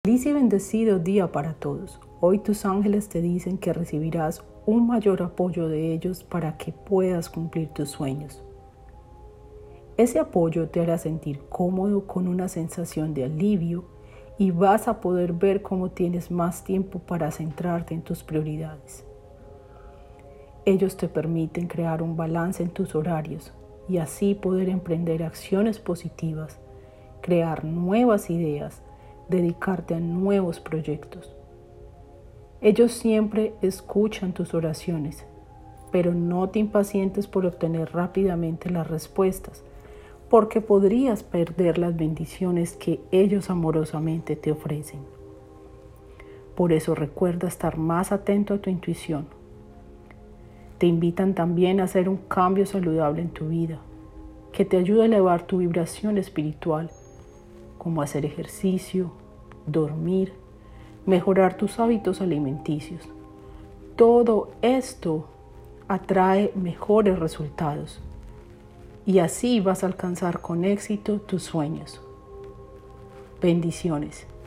Feliz y bendecido día para todos. Hoy tus ángeles te dicen que recibirás un mayor apoyo de ellos para que puedas cumplir tus sueños. Ese apoyo te hará sentir cómodo con una sensación de alivio y vas a poder ver cómo tienes más tiempo para centrarte en tus prioridades. Ellos te permiten crear un balance en tus horarios y así poder emprender acciones positivas, crear nuevas ideas, dedicarte a nuevos proyectos. Ellos siempre escuchan tus oraciones, pero no te impacientes por obtener rápidamente las respuestas, porque podrías perder las bendiciones que ellos amorosamente te ofrecen. Por eso recuerda estar más atento a tu intuición. Te invitan también a hacer un cambio saludable en tu vida, que te ayude a elevar tu vibración espiritual, como hacer ejercicio, dormir, mejorar tus hábitos alimenticios. Todo esto atrae mejores resultados y así vas a alcanzar con éxito tus sueños. Bendiciones.